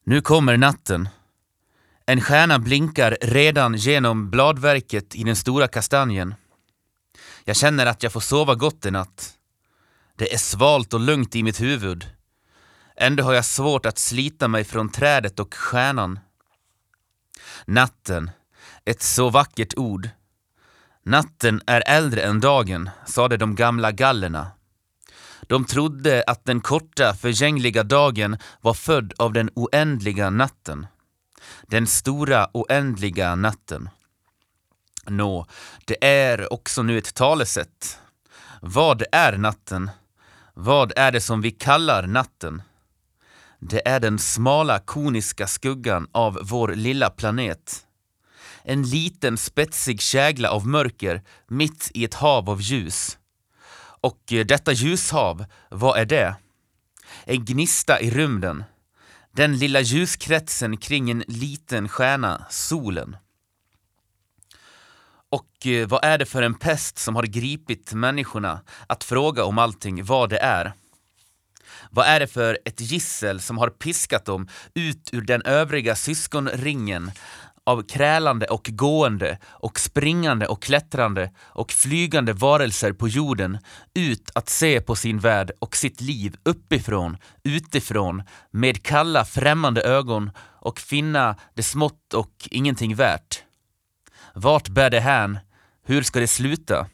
Nu kommer natten. En stjärna blinkar redan genom bladverket i den stora kastanjen. Jag känner att jag får sova gott i natt. Det är svalt och lugnt i mitt huvud. Ändå har jag svårt att slita mig från trädet och stjärnan. Natten, ett så vackert ord. Natten är äldre än dagen, sade de gamla gallerna. De trodde att den korta, förgängliga dagen var född av den oändliga natten. Den stora, oändliga natten. Det är också nu ett talesätt. Vad är natten? Vad är det som vi kallar natten? Det är den smala, koniska skuggan av vår lilla planet. En liten, spetsig kägla av mörker mitt i ett hav av ljus. Och detta ljushav, vad är det? En gnista i rymden. Den lilla ljuskretsen kring en liten stjärna, solen. Och vad är det för en pest som har gripit människorna att fråga om allting vad det är? Vad är det för ett gissel som har piskat dem ut ur den övriga syskonringen av krälande och gående och springande och klättrande och flygande varelser på jorden ut att se på sin värld och sitt liv uppifrån, utifrån, med kalla främmande ögon och finna det smått och ingenting värt? Vart bär det hän? Hur ska det sluta?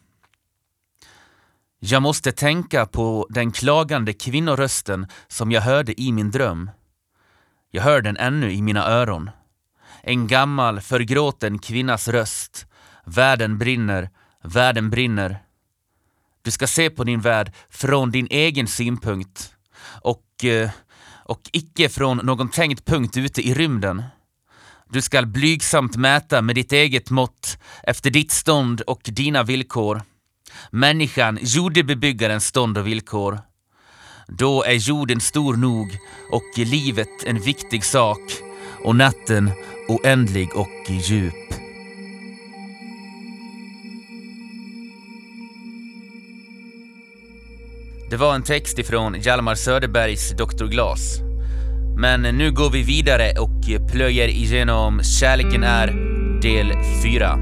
Jag måste tänka på den klagande kvinnorösten som jag hörde i min dröm. Jag hör den ännu i mina öron. En gammal, förgråten kvinnas röst. Världen brinner, världen brinner. Du ska se på din värld från din egen synpunkt. Och icke från någon tänkt punkt ute i rymden. Du ska blygsamt mäta med ditt eget mått efter ditt stånd och dina villkor. Människan, jordebebyggarens stånd och villkor. Då är jorden stor nog och livet en viktig sak och natten oändlig och djup. Det var en text ifrån Hjalmar Söderbergs Dr. Glas. Men nu går vi vidare och plöjer igenom Kärleken är del 4.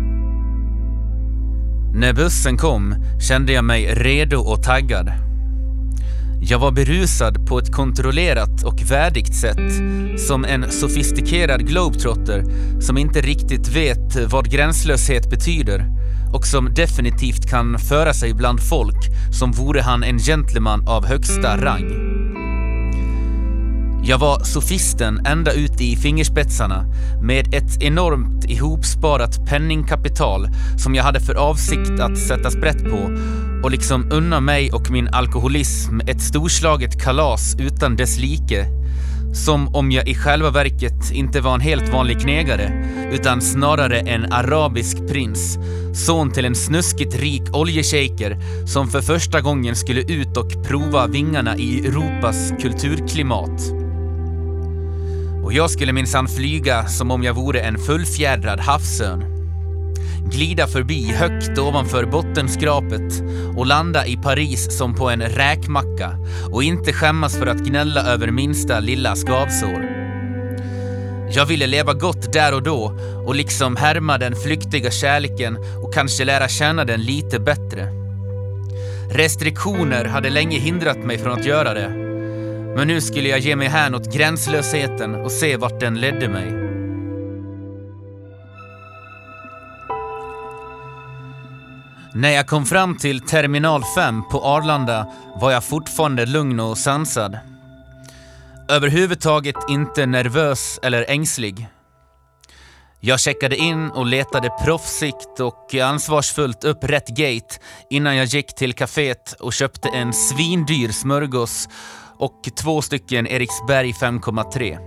När bussen kom kände jag mig redo och taggad. Jag var berusad på ett kontrollerat och värdigt sätt, som en sofistikerad globetrotter som inte riktigt vet vad gränslöshet betyder och som definitivt kan föra sig bland folk som vore han en gentleman av högsta rang. Jag var sofisten ända ut i fingerspetsarna med ett enormt ihopsparat penningkapital som jag hade för avsikt att sätta sprätt på och liksom unna mig och min alkoholism ett storslaget kalas utan dess like, som om jag i själva verket inte var en helt vanlig knegare utan snarare en arabisk prins, son till en snuskigt rik oljeshejker som för första gången skulle ut och prova vingarna i Europas kulturklimat. Och jag skulle minsann flyga som om jag vore en fullfjädrad havsörn. Glida förbi högt ovanför bottenskrapet och landa i Paris som på en räkmacka och inte skämmas för att gnälla över minsta lilla skavsår. Jag ville leva gott där och då och liksom härma den flyktiga kärleken och kanske lära känna den lite bättre. Restriktioner hade länge hindrat mig från att göra det. Men nu skulle jag ge mig hän åt gränslösheten och se vart den ledde mig. När jag kom fram till terminal 5 på Arlanda var jag fortfarande lugn och sansad. Överhuvudtaget inte nervös eller ängslig. Jag checkade in och letade proffsigt och ansvarsfullt upp rätt gate innan jag gick till kaféet och köpte en svindyr smörgås och 2 stycken Eriksberg 5,3.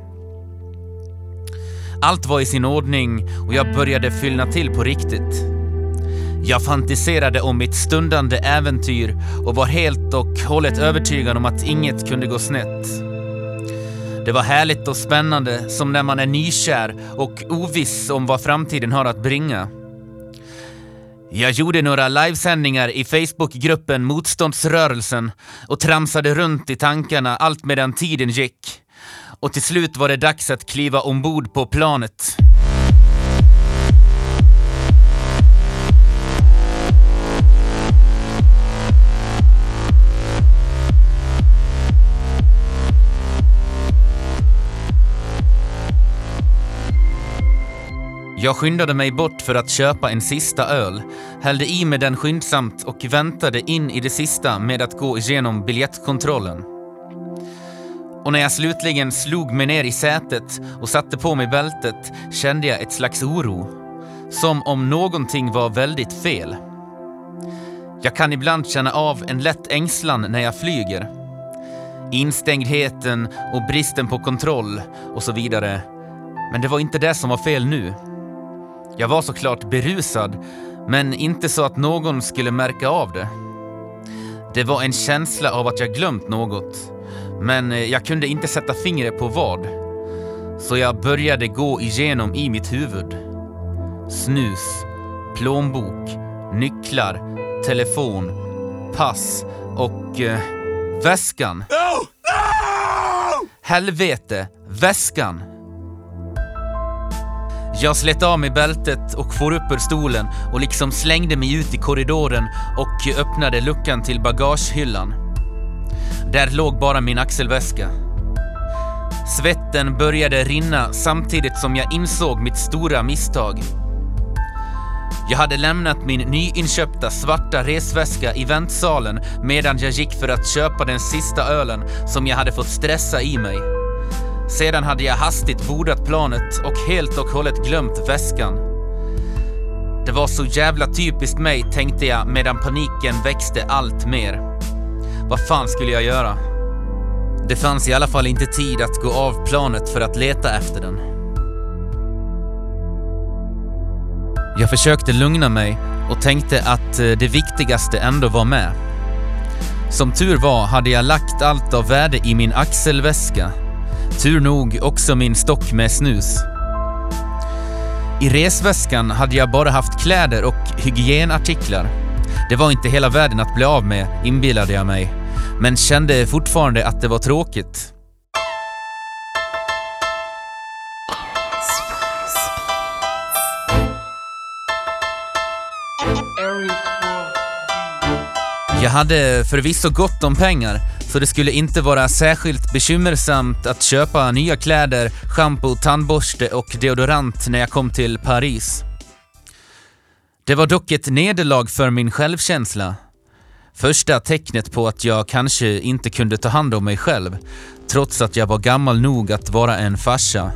Allt var i sin ordning och jag började fyllna till på riktigt. Jag fantiserade om mitt stundande äventyr och var helt och hållet övertygad om att inget kunde gå snett. Det var härligt och spännande, som när man är nykär och oviss om vad framtiden har att bringa. Jag gjorde några livesändningar i Facebookgruppen Motståndsrörelsen och tramsade runt i tankarna allt medan tiden gick. Och till slut var det dags att kliva ombord på planet. Jag skyndade mig bort för att köpa en sista öl, hällde i mig den skyndsamt och väntade in i det sista med att gå igenom biljettkontrollen. Och när jag slutligen slog mig ner i sätet och satte på mig bältet kände jag ett slags oro, som om någonting var väldigt fel. Jag kan ibland känna av en lätt ängslan när jag flyger. Instängdheten och bristen på kontroll och så vidare. Men det var inte det som var fel nu. Jag var såklart berusad, men inte så att någon skulle märka av det. Det var en känsla av att jag glömt något, men jag kunde inte sätta fingret på vad. Så jag började gå igenom i mitt huvud. Snus, plånbok, nycklar, telefon, pass och väskan. No! No! Helvete, väskan! Jag slet av mig bältet och for upp ur stolen och liksom slängde mig ut i korridoren och öppnade luckan till bagagehyllan. Där låg bara min axelväska. Svetten började rinna samtidigt som jag insåg mitt stora misstag. Jag hade lämnat min nyinköpta svarta resväska i väntsalen medan jag gick för att köpa den sista ölen som jag hade fått stressa i mig. Sedan hade jag hastigt bordat planet och helt och hållet glömt väskan. Det var så jävla typiskt mig, tänkte jag medan paniken växte allt mer. Vad fan skulle jag göra? Det fanns i alla fall inte tid att gå av planet för att leta efter den. Jag försökte lugna mig och tänkte att det viktigaste ändå var med. Som tur var hade jag lagt allt av värde i min axelväska. Tur nog också min stock med snus. I resväskan hade jag bara haft kläder och hygienartiklar. Det var inte hela världen att bli av med, inbillade jag mig. Men kände fortfarande att det var tråkigt. Jag hade förvisso gott om pengar, så det skulle inte vara särskilt bekymmersamt att köpa nya kläder, shampoo, tandborste och deodorant när jag kom till Paris. Det var dock ett nederlag för min självkänsla. Första tecknet på att jag kanske inte kunde ta hand om mig själv, trots att jag var gammal nog att vara en farsa.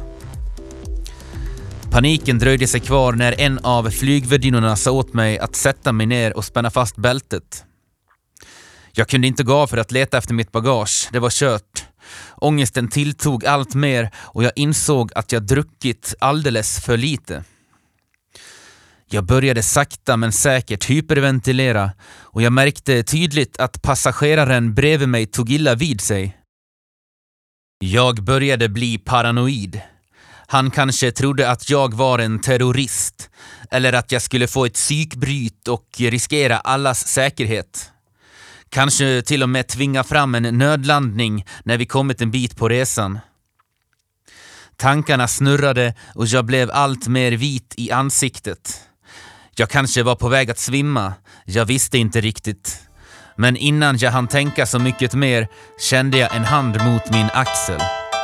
Paniken dröjde sig kvar när en av flygvärdinnorna sa åt mig att sätta mig ner och spänna fast bältet. Jag kunde inte gå av för att leta efter mitt bagage, det var kört. Ångesten tilltog allt mer och jag insåg att jag druckit alldeles för lite. Jag började sakta men säkert hyperventilera och jag märkte tydligt att passageraren bredvid mig tog illa vid sig. Jag började bli paranoid. Han kanske trodde att jag var en terrorist eller att jag skulle få ett psykbryt och riskera allas säkerhet. Kanske till och med tvinga fram en nödlandning när vi kommit en bit på resan. Tankarna snurrade och jag blev allt mer vit i ansiktet. Jag kanske var på väg att svimma, jag visste inte riktigt. Men innan jag hann tänka så mycket mer kände jag en hand mot min axel.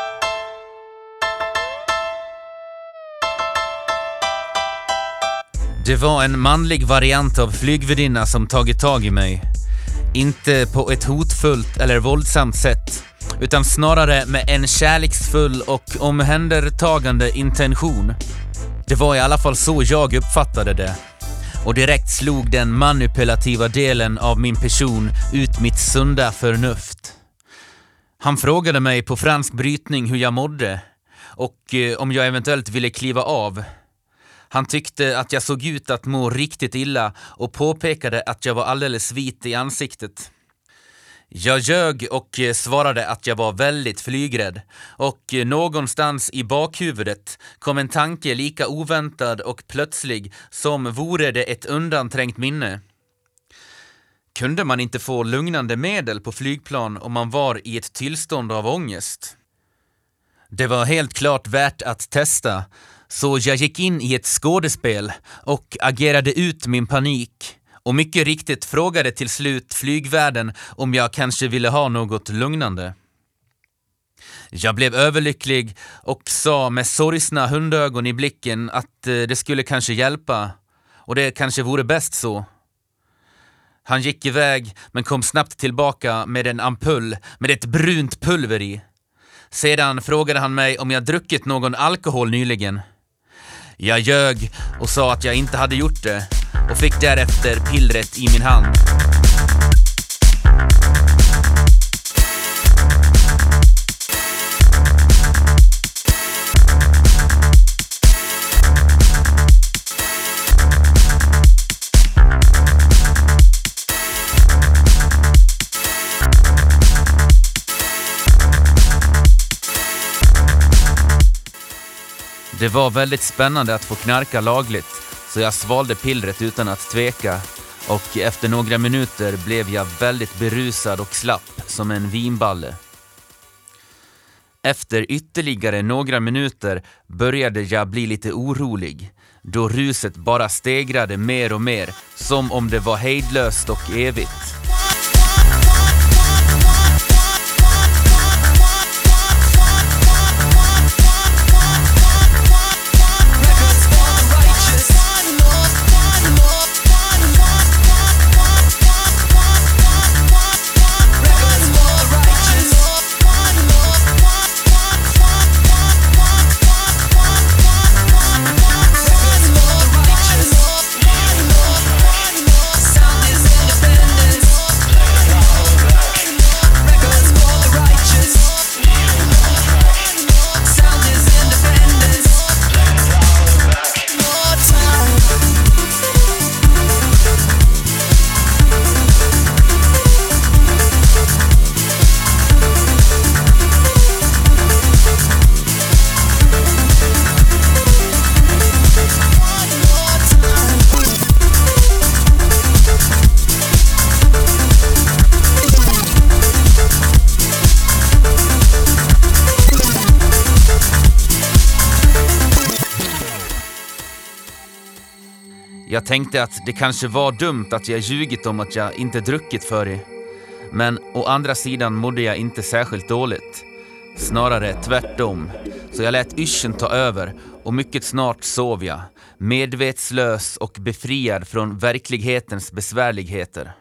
Det var en manlig variant av flygvärdinna som tagit tag i mig. Inte på ett hotfullt eller våldsamt sätt, utan snarare med en kärleksfull och omhändertagande intention. Det var i alla fall så jag uppfattade det. Och direkt slog den manipulativa delen av min person ut mitt sunda förnuft. Han frågade mig på fransk brytning hur jag mådde och om jag eventuellt ville kliva av. Han tyckte att jag såg ut att må riktigt illa och påpekade att jag var alldeles vit i ansiktet. Jag ljög och svarade att jag var väldigt flygrädd och någonstans i bakhuvudet kom en tanke lika oväntad och plötslig som vore det ett undanträngt minne. Kunde man inte få lugnande medel på flygplan om man var i ett tillstånd av ångest? Det var helt klart värt att testa, så jag gick in i ett skådespel och agerade ut min panik. Och mycket riktigt frågade till slut flygvärden om jag kanske ville ha något lugnande. Jag blev överlycklig och sa med sorgsna hundögon i blicken att det skulle kanske hjälpa och det kanske vore bäst så. Han gick iväg men kom snabbt tillbaka med en ampull med ett brunt pulver i. Sedan frågade han mig om jag druckit någon alkohol nyligen. Jag ljög och sa att jag inte hade gjort det och fick därefter pillret i min hand. Det var väldigt spännande att få knarka lagligt, så jag svalde pillret utan att tveka och efter några minuter blev jag väldigt berusad och slapp som en vinballe. Efter ytterligare några minuter började jag bli lite orolig, då ruset bara stegrade mer och mer, som om det var hejdlöst och evigt. Jag tänkte att det kanske var dumt att jag ljugit om att jag inte druckit för det. Men å andra sidan mådde jag inte särskilt dåligt. Snarare tvärtom. Så jag lät yrseln ta över och mycket snart sov jag. Medvetslös och befriad från verklighetens besvärligheter.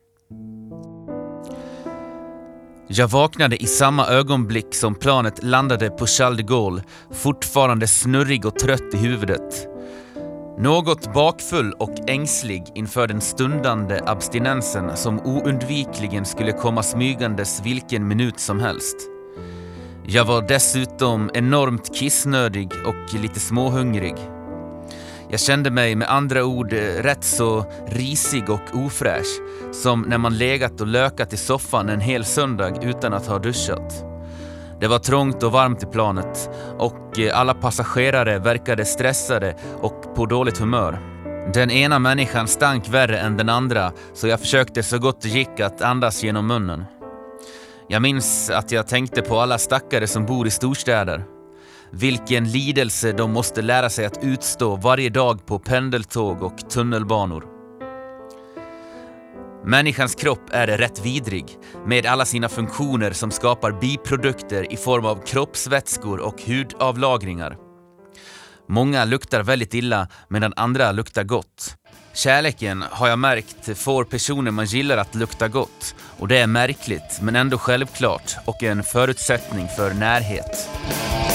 Jag vaknade i samma ögonblick som planet landade på Charles de Gaulle, fortfarande snurrig och trött i huvudet. Något bakfull och ängslig inför den stundande abstinensen som oundvikligen skulle komma smygandes vilken minut som helst. Jag var dessutom enormt kissnödig och lite småhungrig. Jag kände mig med andra ord rätt så risig och ofräsch, som när man legat och lökat i soffan en hel söndag utan att ha duschat. Det var trångt och varmt i planet och alla passagerare verkade stressade och på dåligt humör. Den ena människan stank värre än den andra, så jag försökte så gott det gick att andas genom munnen. Jag minns att jag tänkte på alla stackare som bor i storstäder. Vilken lidelse de måste lära sig att utstå varje dag på pendeltåg och tunnelbanor. Människans kropp är rätt vidrig, med alla sina funktioner som skapar biprodukter i form av kroppsvätskor och hudavlagringar. Många luktar väldigt illa medan andra luktar gott. Kärleken, har jag märkt, får personer man gillar att lukta gott, och det är märkligt men ändå självklart och en förutsättning för närhet.